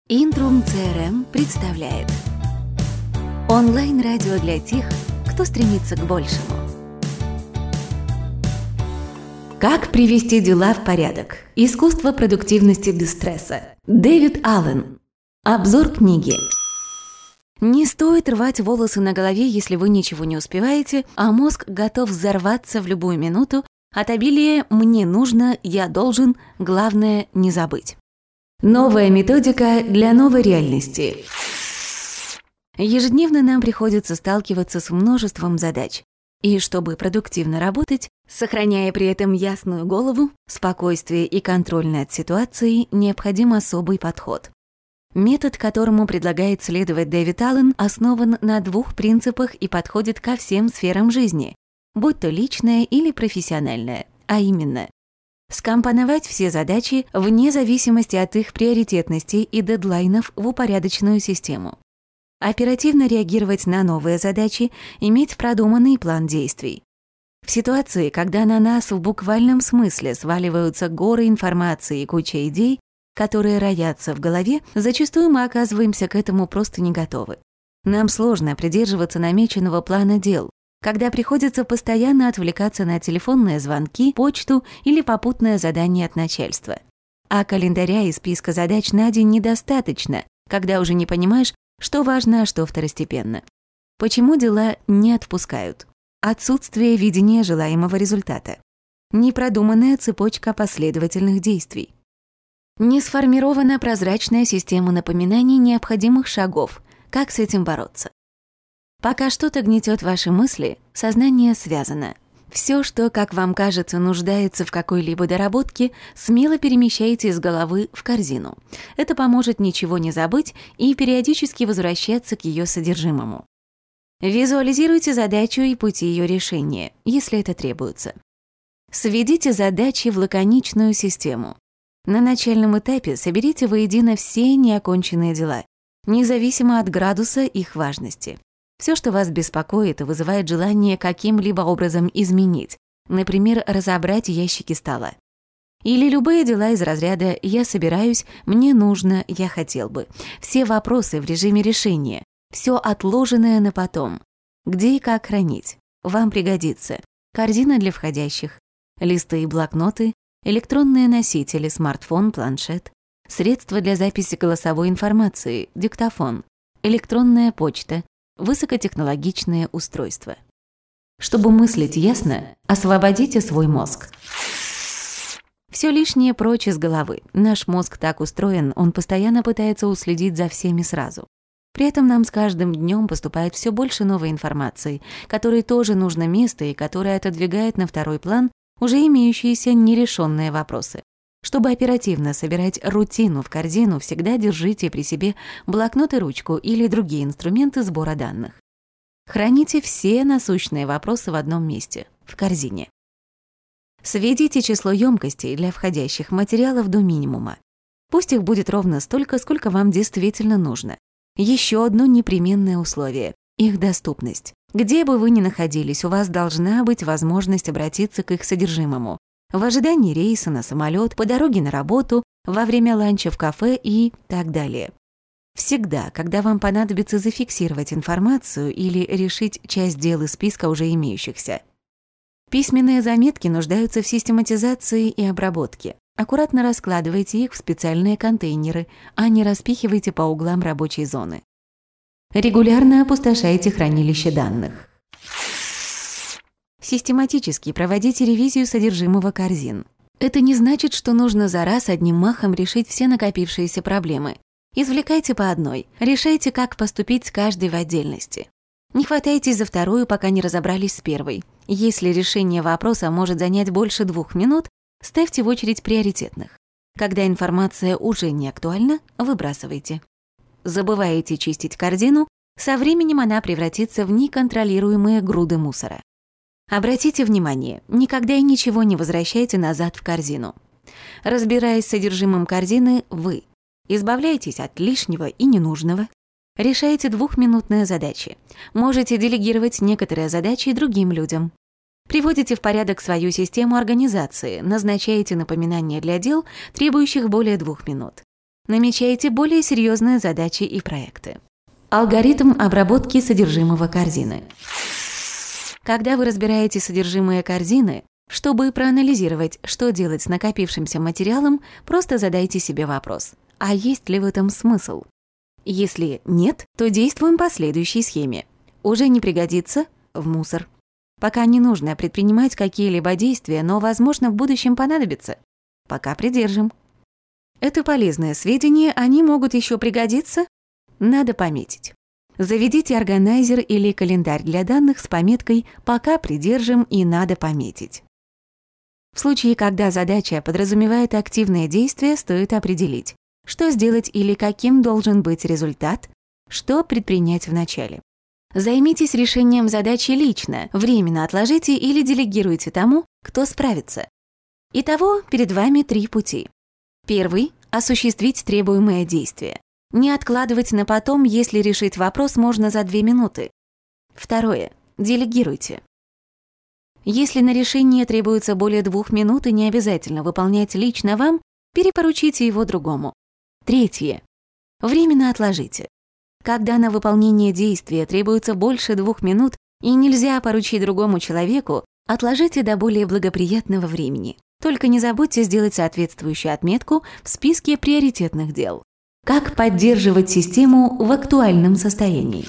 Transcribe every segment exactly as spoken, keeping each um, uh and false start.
Интрум си эр эм представляет онлайн-радио для тех, кто стремится к большему. Как привести дела в порядок? Искусство продуктивности без стресса. Дэвид Аллен. Обзор книги. Не стоит рвать волосы на голове, если вы ничего не успеваете, а мозг готов взорваться в любую минуту от обилия «мне нужно», «я должен», главное не забыть. Новая методика для новой реальности. Ежедневно нам приходится сталкиваться с множеством задач. И чтобы продуктивно работать, сохраняя при этом ясную голову, спокойствие и контроль над ситуацией, необходим особый подход. Метод, которому предлагает следовать Дэвид Аллен, основан на двух принципах и подходит ко всем сферам жизни, будь то личная или профессиональная, а именно скомпоновать все задачи вне зависимости от их приоритетности и дедлайнов в упорядоченную систему. Оперативно реагировать на новые задачи, иметь продуманный план действий. В ситуации, когда на нас в буквальном смысле сваливаются горы информации и куча идей, которые роятся в голове, зачастую мы оказываемся к этому просто не готовы. Нам сложно придерживаться намеченного плана дел, когда приходится постоянно отвлекаться на телефонные звонки, почту или попутное задание от начальства. А календаря и списка задач на день недостаточно, когда уже не понимаешь, что важно, а что второстепенно. Почему дела не отпускают? Отсутствие видения желаемого результата. Непродуманная цепочка последовательных действий. Не сформирована прозрачная система напоминаний необходимых шагов. Как с этим бороться? Пока что-то гнетет ваши мысли, сознание связано. Все, что, как вам кажется, нуждается в какой-либо доработке, смело перемещайте из головы в корзину. Это поможет ничего не забыть и периодически возвращаться к ее содержимому. Визуализируйте задачу и пути ее решения, если это требуется. Сведите задачи в лаконичную систему. На начальном этапе соберите воедино все неоконченные дела, независимо от градуса их важности. Все, что вас беспокоит и вызывает желание каким-либо образом изменить, например, разобрать ящики стола. Или любые дела из разряда «я собираюсь», «мне нужно», «я хотел бы». Все вопросы в режиме решения, все отложенное на потом. Где и как хранить? Вам пригодится корзина для входящих, листы и блокноты, электронные носители, смартфон, планшет, средства для записи голосовой информации, диктофон, электронная почта, высокотехнологичные устройства. Чтобы мыслить ясно, освободите свой мозг. Все лишнее прочь из головы. Наш мозг так устроен, он постоянно пытается уследить за всеми сразу. При этом нам с каждым днем поступает все больше новой информации, которой тоже нужно место и которая отодвигает на второй план уже имеющиеся нерешенные вопросы. Чтобы оперативно собирать рутину в корзину, всегда держите при себе блокнот и ручку или другие инструменты сбора данных. Храните все насущные вопросы в одном месте – в корзине. Сведите число емкостей для входящих материалов до минимума. Пусть их будет ровно столько, сколько вам действительно нужно. Еще одно непременное условие – их доступность. Где бы вы ни находились, у вас должна быть возможность обратиться к их содержимому. В ожидании рейса на самолет, по дороге на работу, во время ланча в кафе и так далее. Всегда, когда вам понадобится зафиксировать информацию или решить часть дел из списка уже имеющихся. Письменные заметки нуждаются в систематизации и обработке. Аккуратно раскладывайте их в специальные контейнеры, а не распихивайте по углам рабочей зоны. Регулярно опустошайте хранилище данных. Систематически проводите ревизию содержимого корзин. Это не значит, что нужно за раз одним махом решить все накопившиеся проблемы. Извлекайте по одной, решайте, как поступить с каждой в отдельности. Не хватайтесь за вторую, пока не разобрались с первой. Если решение вопроса может занять больше двух минут, ставьте в очередь приоритетных. Когда информация уже не актуальна, выбрасывайте. Забываете чистить корзину, со временем она превратится в неконтролируемые груды мусора. Обратите внимание, никогда и ничего не возвращайте назад в корзину. Разбираясь с содержимым корзины, вы избавляетесь от лишнего и ненужного, решаете двухминутные задачи, можете делегировать некоторые задачи другим людям, приводите в порядок свою систему организации, назначаете напоминания для дел, требующих более двух минут. Намечайте более серьезные задачи и проекты. Алгоритм обработки содержимого корзины. Когда вы разбираете содержимое корзины, чтобы проанализировать, что делать с накопившимся материалом, просто задайте себе вопрос: а есть ли в этом смысл? Если нет, то действуем по следующей схеме. Уже не пригодится – в мусор. Пока не нужно предпринимать какие-либо действия, но, возможно, в будущем понадобится. Пока придержим. Это полезные сведения, они могут еще пригодиться? Надо пометить. Заведите органайзер или календарь для данных с пометкой «Пока придержим» и «Надо пометить». В случае, когда задача подразумевает активное действие, стоит определить, что сделать или каким должен быть результат, что предпринять вначале. Займитесь решением задачи лично, временно отложите или делегируйте тому, кто справится. Итого перед вами три пути. Первый – осуществить требуемое действие. Не откладывать на потом, если решить вопрос можно за две минуты. Второе – делегируйте. Если на решение требуется более двух минут и не обязательно выполнять лично вам, перепоручите его другому. Третье. Временно отложите. Когда на выполнение действия требуется больше двух минут и нельзя поручить другому человеку, отложите до более благоприятного времени. Только не забудьте сделать соответствующую отметку в списке приоритетных дел. Как поддерживать систему в актуальном состоянии?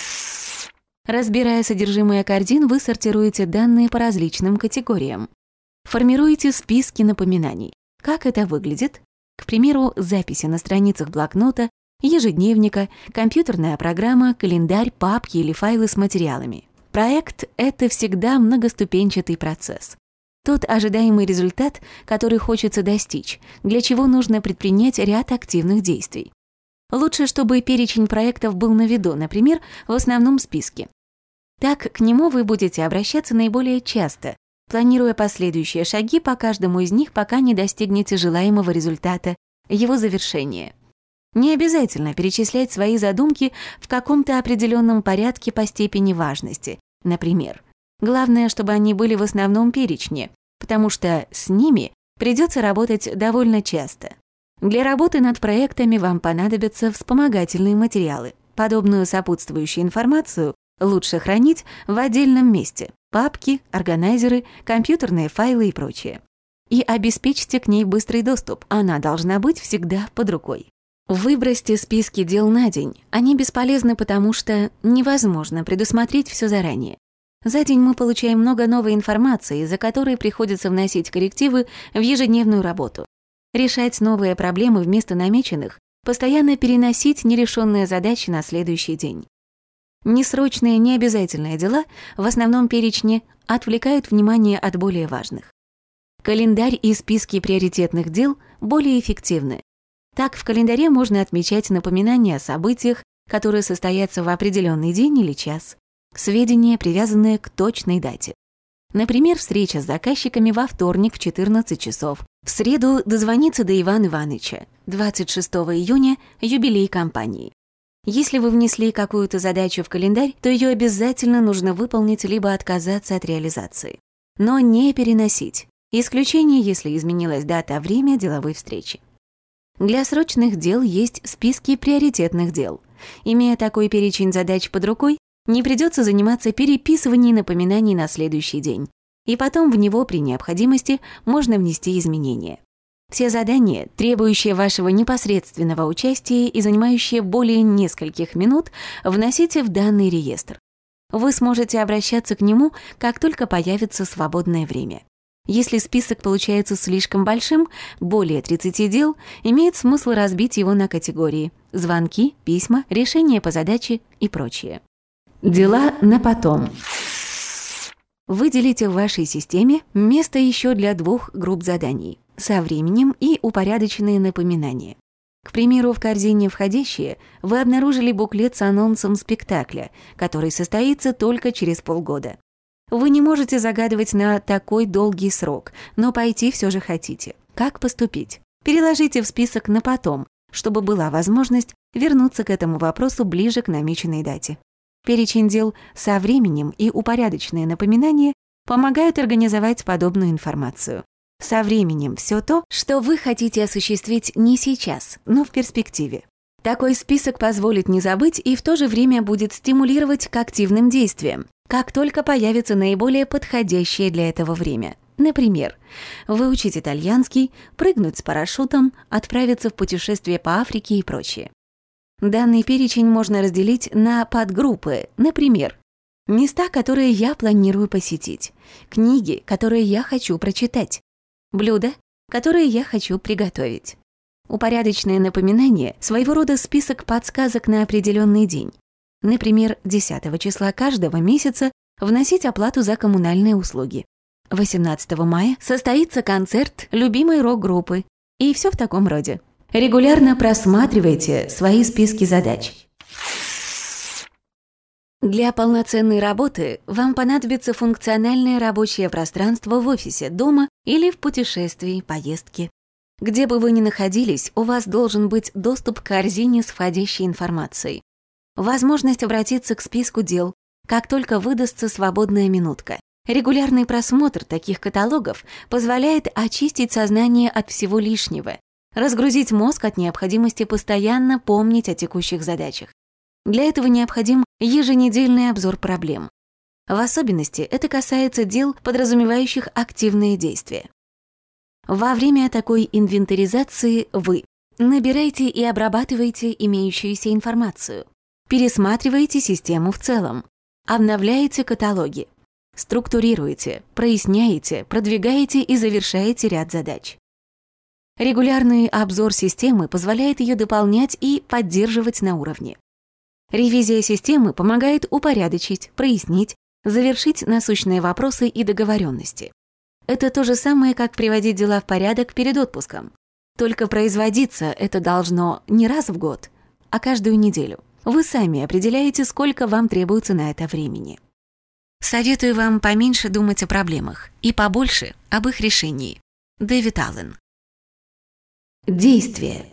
Разбирая содержимое корзин, вы сортируете данные по различным категориям. Формируете списки напоминаний. Как это выглядит? К примеру, записи на страницах блокнота, ежедневника, компьютерная программа, календарь, папки или файлы с материалами. Проект — это всегда многоступенчатый процесс. Тот ожидаемый результат, который хочется достичь, для чего нужно предпринять ряд активных действий. Лучше, чтобы перечень проектов был на виду, например, в основном списке. Так, к нему вы будете обращаться наиболее часто, планируя последующие шаги по каждому из них, пока не достигнете желаемого результата, его завершения. Не обязательно перечислять свои задумки в каком-то определенном порядке по степени важности. Например, главное, чтобы они были в основном перечне, потому что с ними придется работать довольно часто. Для работы над проектами вам понадобятся вспомогательные материалы. Подобную сопутствующую информацию лучше хранить в отдельном месте – папки, органайзеры, компьютерные файлы и прочее. И обеспечьте к ней быстрый доступ, она должна быть всегда под рукой. Выбросьте списки дел на день, они бесполезны, потому что невозможно предусмотреть все заранее. За день мы получаем много новой информации, за которой приходится вносить коррективы в ежедневную работу. Решать новые проблемы вместо намеченных, постоянно переносить нерешенные задачи на следующий день. Несрочные, необязательные дела в основном перечне отвлекают внимание от более важных. Календарь и списки приоритетных дел более эффективны. Так, в календаре можно отмечать напоминания о событиях, которые состоятся в определенный день или час. Сведения, привязанные к точной дате. Например, встреча с заказчиками во вторник в четырнадцать часов. В среду дозвониться до Ивана Ивановича. двадцать шестого июня – юбилей компании. Если вы внесли какую-то задачу в календарь, то ее обязательно нужно выполнить либо отказаться от реализации. Но не переносить. Исключение, если изменилась дата, время деловой встречи. Для срочных дел есть списки приоритетных дел. Имея такой перечень задач под рукой, не придется заниматься переписыванием напоминаний на следующий день. И потом в него при необходимости можно внести изменения. Все задания, требующие вашего непосредственного участия и занимающие более нескольких минут, вносите в данный реестр. Вы сможете обращаться к нему, как только появится свободное время. Если список получается слишком большим, более тридцати дел, имеет смысл разбить его на категории: звонки, письма, решения по задаче и прочее. Дела на потом. Выделите в вашей системе место еще для двух групп заданий – со временем и упорядоченные напоминания. К примеру, в корзине «Входящие» вы обнаружили буклет с анонсом спектакля, который состоится только через полгода. Вы не можете загадывать на такой долгий срок, но пойти все же хотите. Как поступить? Переложите в список на потом, чтобы была возможность вернуться к этому вопросу ближе к намеченной дате. Перечень дел со временем и упорядоченные напоминания помогают организовать подобную информацию. Со временем все то, что вы хотите осуществить не сейчас, но в перспективе. Такой список позволит не забыть и в то же время будет стимулировать к активным действиям, как только появится наиболее подходящее для этого время. Например, выучить итальянский, прыгнуть с парашютом, отправиться в путешествие по Африке и прочее. Данный перечень можно разделить на подгруппы, например, места, которые я планирую посетить, книги, которые я хочу прочитать, блюда, которые я хочу приготовить. Упорядоченное напоминание – своего рода список подсказок на определенный день. Например, десятого числа каждого месяца вносить оплату за коммунальные услуги. восемнадцатого мая состоится концерт любимой рок-группы. И все в таком роде. Регулярно просматривайте свои списки задач. Для полноценной работы вам понадобится функциональное рабочее пространство в офисе, дома или в путешествии, поездке. Где бы вы ни находились, у вас должен быть доступ к корзине с входящей информацией. Возможность обратиться к списку дел, как только выдастся свободная минутка. Регулярный просмотр таких каталогов позволяет очистить сознание от всего лишнего, разгрузить мозг от необходимости постоянно помнить о текущих задачах. Для этого необходим еженедельный обзор проблем. В особенности это касается дел, подразумевающих активные действия. Во время такой инвентаризации вы набираете и обрабатываете имеющуюся информацию, пересматриваете систему в целом, обновляете каталоги, структурируете, проясняете, продвигаете и завершаете ряд задач. Регулярный обзор системы позволяет ее дополнять и поддерживать на уровне. Ревизия системы помогает упорядочить, прояснить, завершить насущные вопросы и договоренности. Это то же самое, как приводить дела в порядок перед отпуском. Только производиться это должно не раз в год, а каждую неделю. Вы сами определяете, сколько вам требуется на это времени. Советую вам поменьше думать о проблемах и побольше об их решении. Дэвид Аллен. Действие.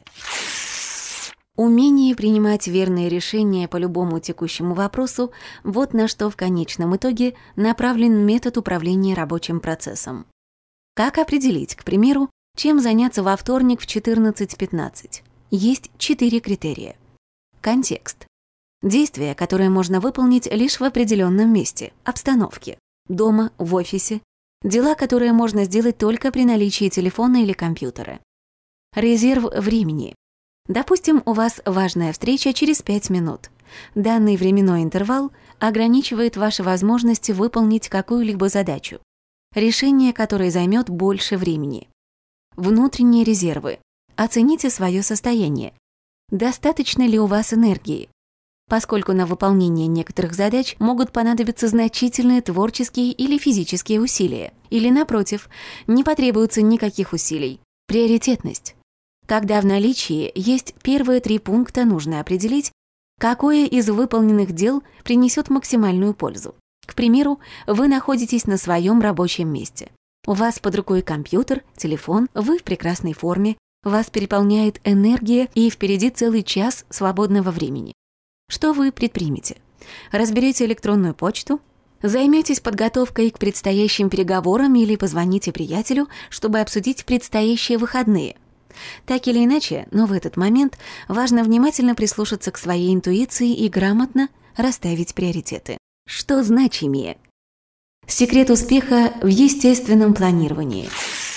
Умение принимать верные решения по любому текущему вопросу – вот на что в конечном итоге направлен метод управления рабочим процессом. Как определить, к примеру, чем заняться во вторник в четырнадцать пятнадцать? Есть четыре критерия. Контекст. Действие, которое можно выполнить лишь в определенном месте, обстановке, дома, в офисе. Дела, которые можно сделать только при наличии телефона или компьютера. Резерв времени. Допустим, у вас важная встреча через пять минут. Данный временной интервал ограничивает ваши возможности выполнить какую-либо задачу, решение которой займет больше времени. Внутренние резервы. Оцените свое состояние. Достаточно ли у вас энергии? Поскольку на выполнение некоторых задач могут понадобиться значительные творческие или физические усилия, или, напротив, не потребуется никаких усилий. Приоритетность. Когда в наличии есть первые три пункта, нужно определить, какое из выполненных дел принесет максимальную пользу. К примеру, вы находитесь на своем рабочем месте. У вас под рукой компьютер, телефон, вы в прекрасной форме, вас переполняет энергия и впереди целый час свободного времени. Что вы предпримете? Разберете электронную почту? Займётесь подготовкой к предстоящим переговорам или позвоните приятелю, чтобы обсудить предстоящие выходные? Так или иначе, но в этот момент важно внимательно прислушаться к своей интуиции и грамотно расставить приоритеты. Что значимее? Секрет успеха в естественном планировании.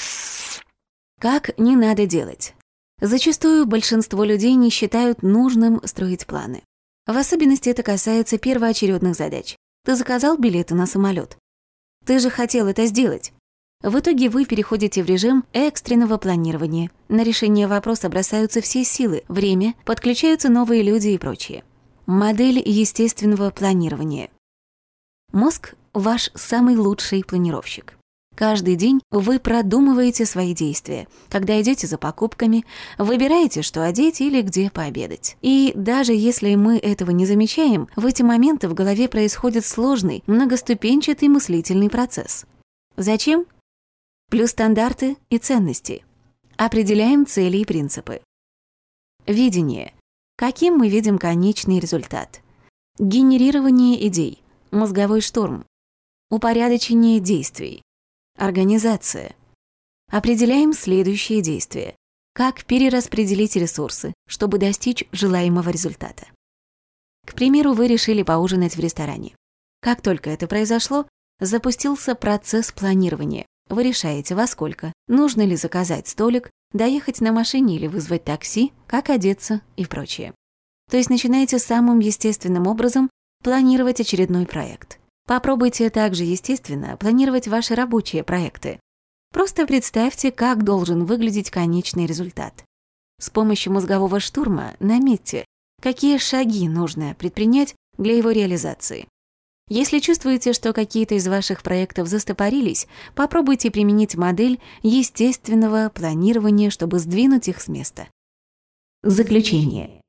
Как не надо делать? Зачастую большинство людей не считают нужным строить планы. В особенности это касается первоочередных задач. Ты заказал билеты на самолет. Ты же хотел это сделать. В итоге вы переходите в режим экстренного планирования. На решение вопроса бросаются все силы, время, подключаются новые люди и прочее. Модель естественного планирования. Мозг – ваш самый лучший планировщик. Каждый день вы продумываете свои действия, когда идете за покупками, выбираете, что одеть или где пообедать. И даже если мы этого не замечаем, в эти моменты в голове происходит сложный, многоступенчатый мыслительный процесс. Зачем? Плюс стандарты и ценности. Определяем цели и принципы. Видение. Каким мы видим конечный результат? Генерирование идей. Мозговой шторм. Упорядочение действий. Организация. определяем следующие действия. Как перераспределить ресурсы, чтобы достичь желаемого результата. К примеру, вы решили поужинать в ресторане. Как только это произошло, запустился процесс планирования. Вы решаете, во сколько, нужно ли заказать столик, доехать на машине или вызвать такси, как одеться и прочее. То есть начинаете самым естественным образом планировать очередной проект. Попробуйте также естественно планировать ваши рабочие проекты. Просто представьте, как должен выглядеть конечный результат. С помощью мозгового штурма наметьте, какие шаги нужно предпринять для его реализации. Если чувствуете, что какие-то из ваших проектов застопорились, попробуйте применить модель естественного планирования, чтобы сдвинуть их с места. Заключение.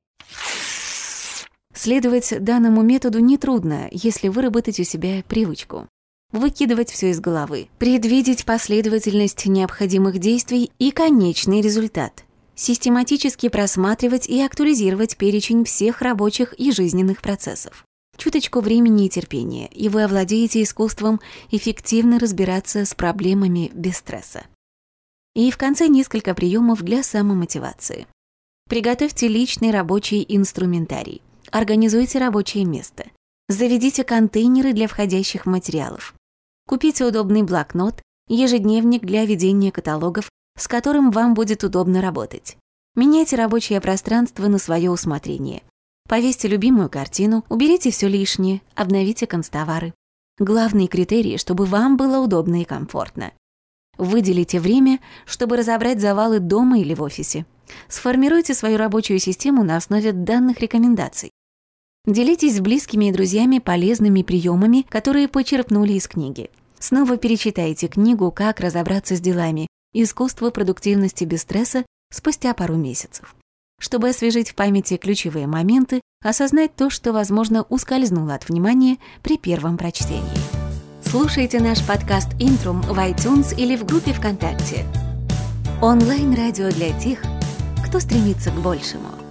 Следовать данному методу нетрудно, если выработать у себя привычку. Выкидывать все из головы, предвидеть последовательность необходимых действий и конечный результат. Систематически просматривать и актуализировать перечень всех рабочих и жизненных процессов. Чуточку времени и терпения, и вы овладеете искусством эффективно разбираться с проблемами без стресса. И в конце несколько приемов для самомотивации. Приготовьте личный рабочий инструментарий. Организуйте рабочее место. Заведите контейнеры для входящих материалов. Купите удобный блокнот, ежедневник для ведения каталогов, с которым вам будет удобно работать. Меняйте рабочее пространство на свое усмотрение. Повесьте любимую картину, уберите все лишнее, обновите констовары. Главный критерий, чтобы вам было удобно и комфортно. Выделите время, чтобы разобрать завалы дома или в офисе. Сформируйте свою рабочую систему на основе данных рекомендаций. Делитесь с близкими и друзьями полезными приемами, которые почерпнули из книги. Снова перечитайте книгу «Как разобраться с делами. Искусство продуктивности без стресса» спустя пару месяцев. Чтобы освежить в памяти ключевые моменты, осознать то, что, возможно, ускользнуло от внимания при первом прочтении. Слушайте наш подкаст «Интрум» в iTunes или в группе ВКонтакте. Онлайн-радио для тех, кто стремится к большему.